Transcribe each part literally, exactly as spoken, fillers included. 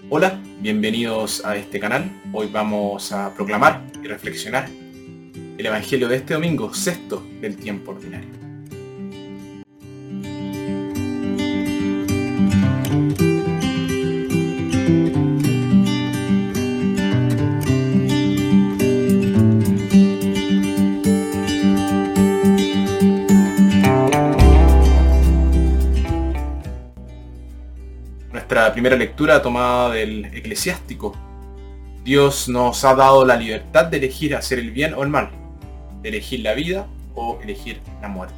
Hola, bienvenidos a este canal. Hoy vamos a proclamar y reflexionar el Evangelio de este domingo, sexto del tiempo ordinario. Nuestra primera lectura tomada del Eclesiástico. Dios nos ha dado la libertad de elegir hacer el bien o el mal, de elegir la vida o elegir la muerte.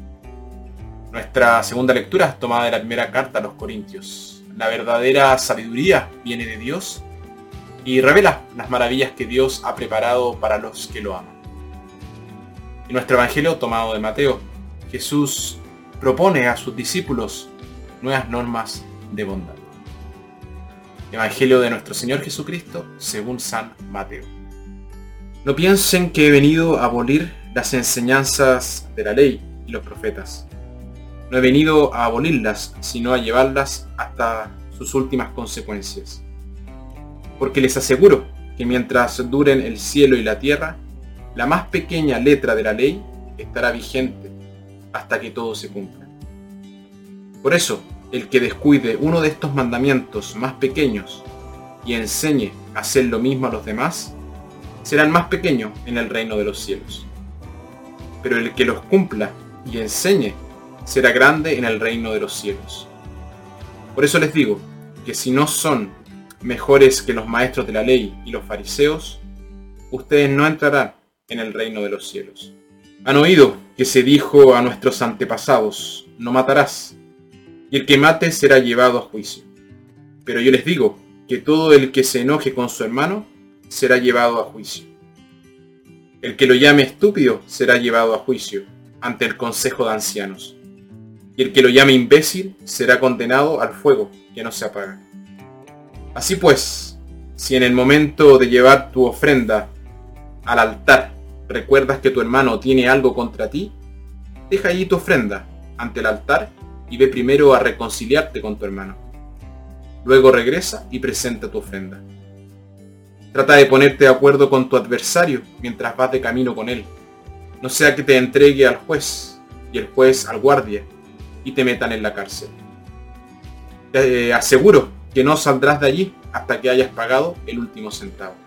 Nuestra segunda lectura tomada de la primera carta a los Corintios. La verdadera sabiduría viene de Dios y revela las maravillas que Dios ha preparado para los que lo aman. En nuestro Evangelio tomado de Mateo, Jesús propone a sus discípulos nuevas normas de bondad. Evangelio de nuestro Señor Jesucristo según San Mateo. No piensen que he venido a abolir las enseñanzas de la ley y los profetas. No he venido a abolirlas, sino a llevarlas hasta sus últimas consecuencias. Porque les aseguro que mientras duren el cielo y la tierra, la más pequeña letra de la ley estará vigente hasta que todo se cumpla. Por eso, el que descuide uno de estos mandamientos más pequeños y enseñe a hacer lo mismo a los demás, será el más pequeño en el reino de los cielos. Pero el que los cumpla y enseñe será grande en el reino de los cielos. Por eso les digo que si no son mejores que los maestros de la ley y los fariseos, ustedes no entrarán en el reino de los cielos. Han oído que se dijo a nuestros antepasados: no matarás, y el que mate será llevado a juicio. Pero yo les digo que todo el que se enoje con su hermano será llevado a juicio. El que lo llame estúpido será llevado a juicio ante el consejo de ancianos. Y el que lo llame imbécil será condenado al fuego que no se apaga. Así pues, si en el momento de llevar tu ofrenda al altar recuerdas que tu hermano tiene algo contra ti, deja allí tu ofrenda ante el altar y ve primero a reconciliarte con tu hermano. Luego regresa y presenta tu ofrenda. Trata de ponerte de acuerdo con tu adversario mientras vas de camino con él. No sea que te entregue al juez y el juez al guardia y te metan en la cárcel. Te aseguro que no saldrás de allí hasta que hayas pagado el último centavo.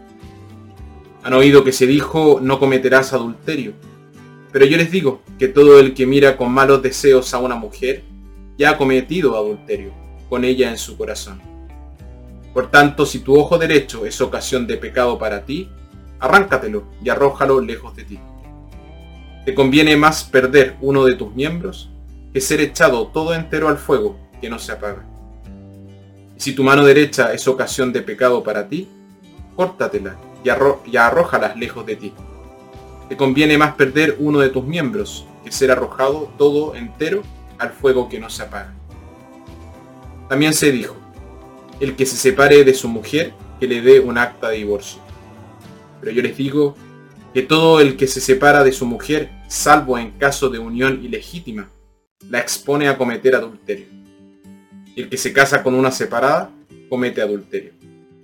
Han oído que se dijo: no cometerás adulterio. Pero yo les digo que todo el que mira con malos deseos a una mujer ya ha cometido adulterio con ella en su corazón. Por tanto, si tu ojo derecho es ocasión de pecado para ti, arráncatelo y arrójalo lejos de ti. Te conviene más perder uno de tus miembros que ser echado todo entero al fuego que no se apaga. Y si tu mano derecha es ocasión de pecado para ti, córtatela y, arro- y arrójala lejos de ti. Te conviene más perder uno de tus miembros que ser arrojado todo entero al fuego que no se apaga. También se dijo: el que se separe de su mujer, que le dé un acta de divorcio. Pero yo les digo que todo el que se separa de su mujer, salvo en caso de unión ilegítima, la expone a cometer adulterio. Y el que se casa con una separada, comete adulterio.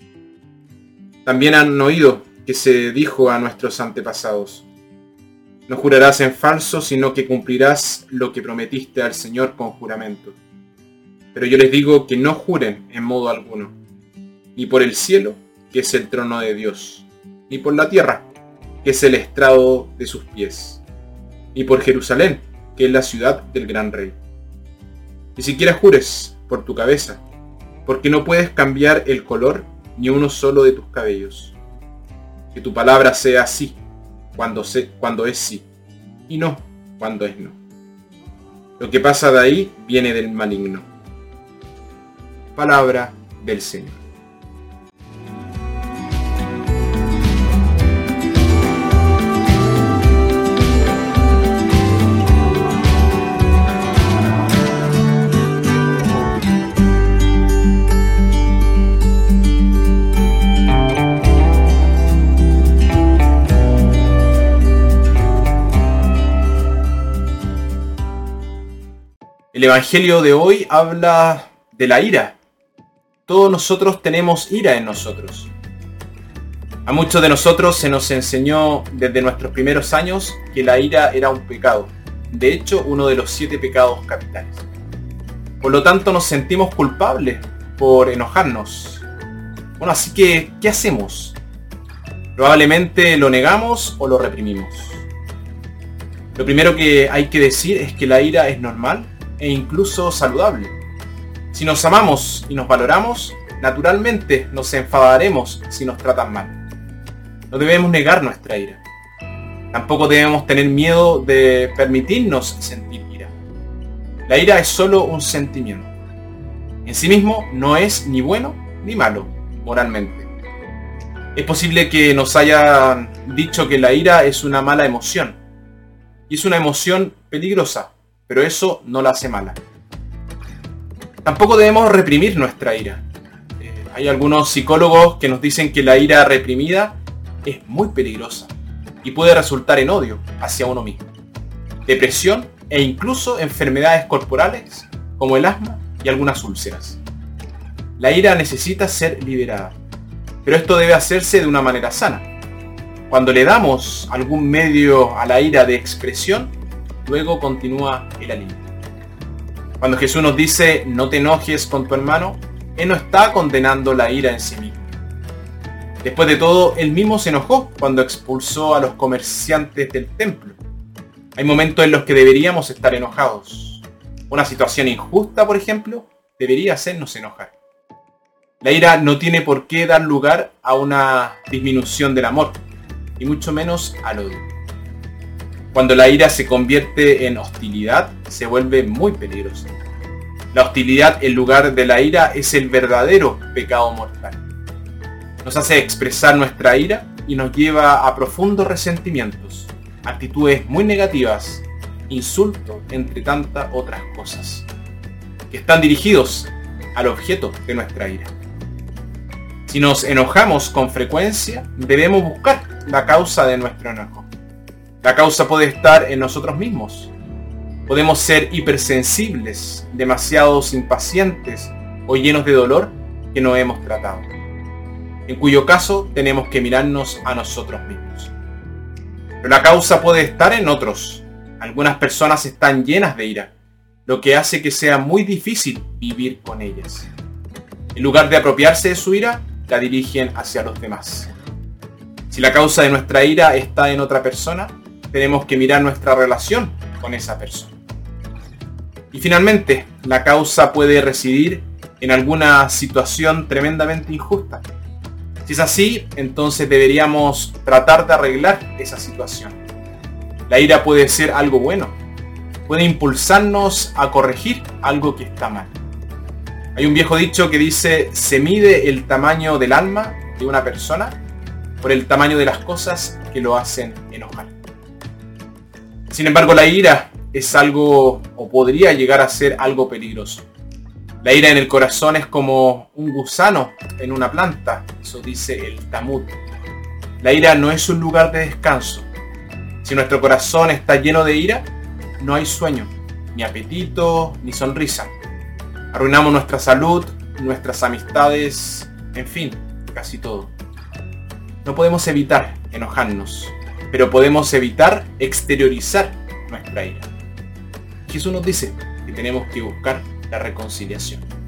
También han oído que se dijo a nuestros antepasados: no jurarás en falso, sino que cumplirás lo que prometiste al Señor con juramento. Pero yo les digo que no juren en modo alguno, ni por el cielo, que es el trono de Dios, ni por la tierra, que es el estrado de sus pies, ni por Jerusalén, que es la ciudad del gran rey. Ni siquiera jures por tu cabeza, porque no puedes cambiar el color ni uno solo de tus cabellos. Que tu palabra sea sí cuando, se, cuando es sí, y no cuando es no. Lo que pasa de ahí viene del maligno. Palabra del Señor. El Evangelio de hoy habla de la ira, todos nosotros tenemos ira en nosotros. A muchos de nosotros se nos enseñó desde nuestros primeros años que la ira era un pecado. De hecho, uno de los siete pecados capitales. Por lo tanto, nos sentimos culpables por enojarnos. Bueno, así que, ¿qué hacemos? Probablemente lo negamos o lo reprimimos. Lo primero que hay que decir es que la ira es normal e incluso saludable. Si nos amamos y nos valoramos, naturalmente nos enfadaremos si nos tratan mal. No debemos negar nuestra ira. Tampoco debemos tener miedo de permitirnos sentir ira. La ira es solo un sentimiento. En sí mismo no es ni bueno ni malo, moralmente. Es posible que nos hayan dicho que la ira es una mala emoción. Y es una emoción peligrosa, pero eso no la hace mala. Tampoco debemos reprimir nuestra ira. Eh, hay algunos psicólogos que nos dicen que la ira reprimida es muy peligrosa y puede resultar en odio hacia uno mismo, depresión e incluso enfermedades corporales como el asma y algunas úlceras. La ira necesita ser liberada, pero esto debe hacerse de una manera sana. Cuando le damos algún medio a la ira de expresión, luego continúa el alivio. Cuando Jesús nos dice no te enojes con tu hermano, Él no está condenando la ira en sí mismo. Después de todo, Él mismo se enojó cuando expulsó a los comerciantes del templo. Hay momentos en los que deberíamos estar enojados. Una situación injusta, por ejemplo, debería hacernos enojar. La ira no tiene por qué dar lugar a una disminución del amor, y mucho menos al odio. Cuando la ira se convierte en hostilidad, se vuelve muy peligrosa. La hostilidad en lugar de la ira es el verdadero pecado mortal. Nos hace expresar nuestra ira y nos lleva a profundos resentimientos, actitudes muy negativas, insultos, entre tantas otras cosas, que están dirigidos al objeto de nuestra ira. Si nos enojamos con frecuencia, debemos buscar la causa de nuestro enojo. La causa puede estar en nosotros mismos. Podemos ser hipersensibles, demasiados impacientes o llenos de dolor que no hemos tratado, en cuyo caso tenemos que mirarnos a nosotros mismos. Pero la causa puede estar en otros. Algunas personas están llenas de ira, lo que hace que sea muy difícil vivir con ellas. En lugar de apropiarse de su ira, la dirigen hacia los demás. Si la causa de nuestra ira está en otra persona, tenemos que mirar nuestra relación con esa persona. Y finalmente, la causa puede residir en alguna situación tremendamente injusta. Si es así, entonces deberíamos tratar de arreglar esa situación. La ira puede ser algo bueno. Puede impulsarnos a corregir algo que está mal. Hay un viejo dicho que dice, se mide el tamaño del alma de una persona por el tamaño de las cosas que lo hacen enojar. Sin embargo, la ira es algo, o podría llegar a ser algo peligroso. La ira en el corazón es como un gusano en una planta, eso dice el Talmud. La ira no es un lugar de descanso. Si nuestro corazón está lleno de ira, no hay sueño, ni apetito, ni sonrisa. Arruinamos nuestra salud, nuestras amistades, en fin, casi todo. No podemos evitar enojarnos, pero podemos evitar exteriorizar nuestra ira. Jesús nos dice que tenemos que buscar la reconciliación.